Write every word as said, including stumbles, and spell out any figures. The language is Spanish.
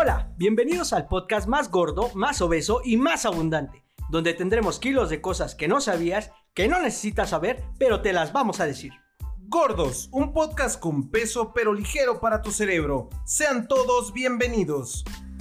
Hola, bienvenidos al podcast más gordo, más obeso y más abundante, donde tendremos kilos de cosas que no sabías, que no necesitas saber, pero te las vamos a decir. Gordos, un podcast con peso pero ligero para tu cerebro. Sean todos bienvenidos.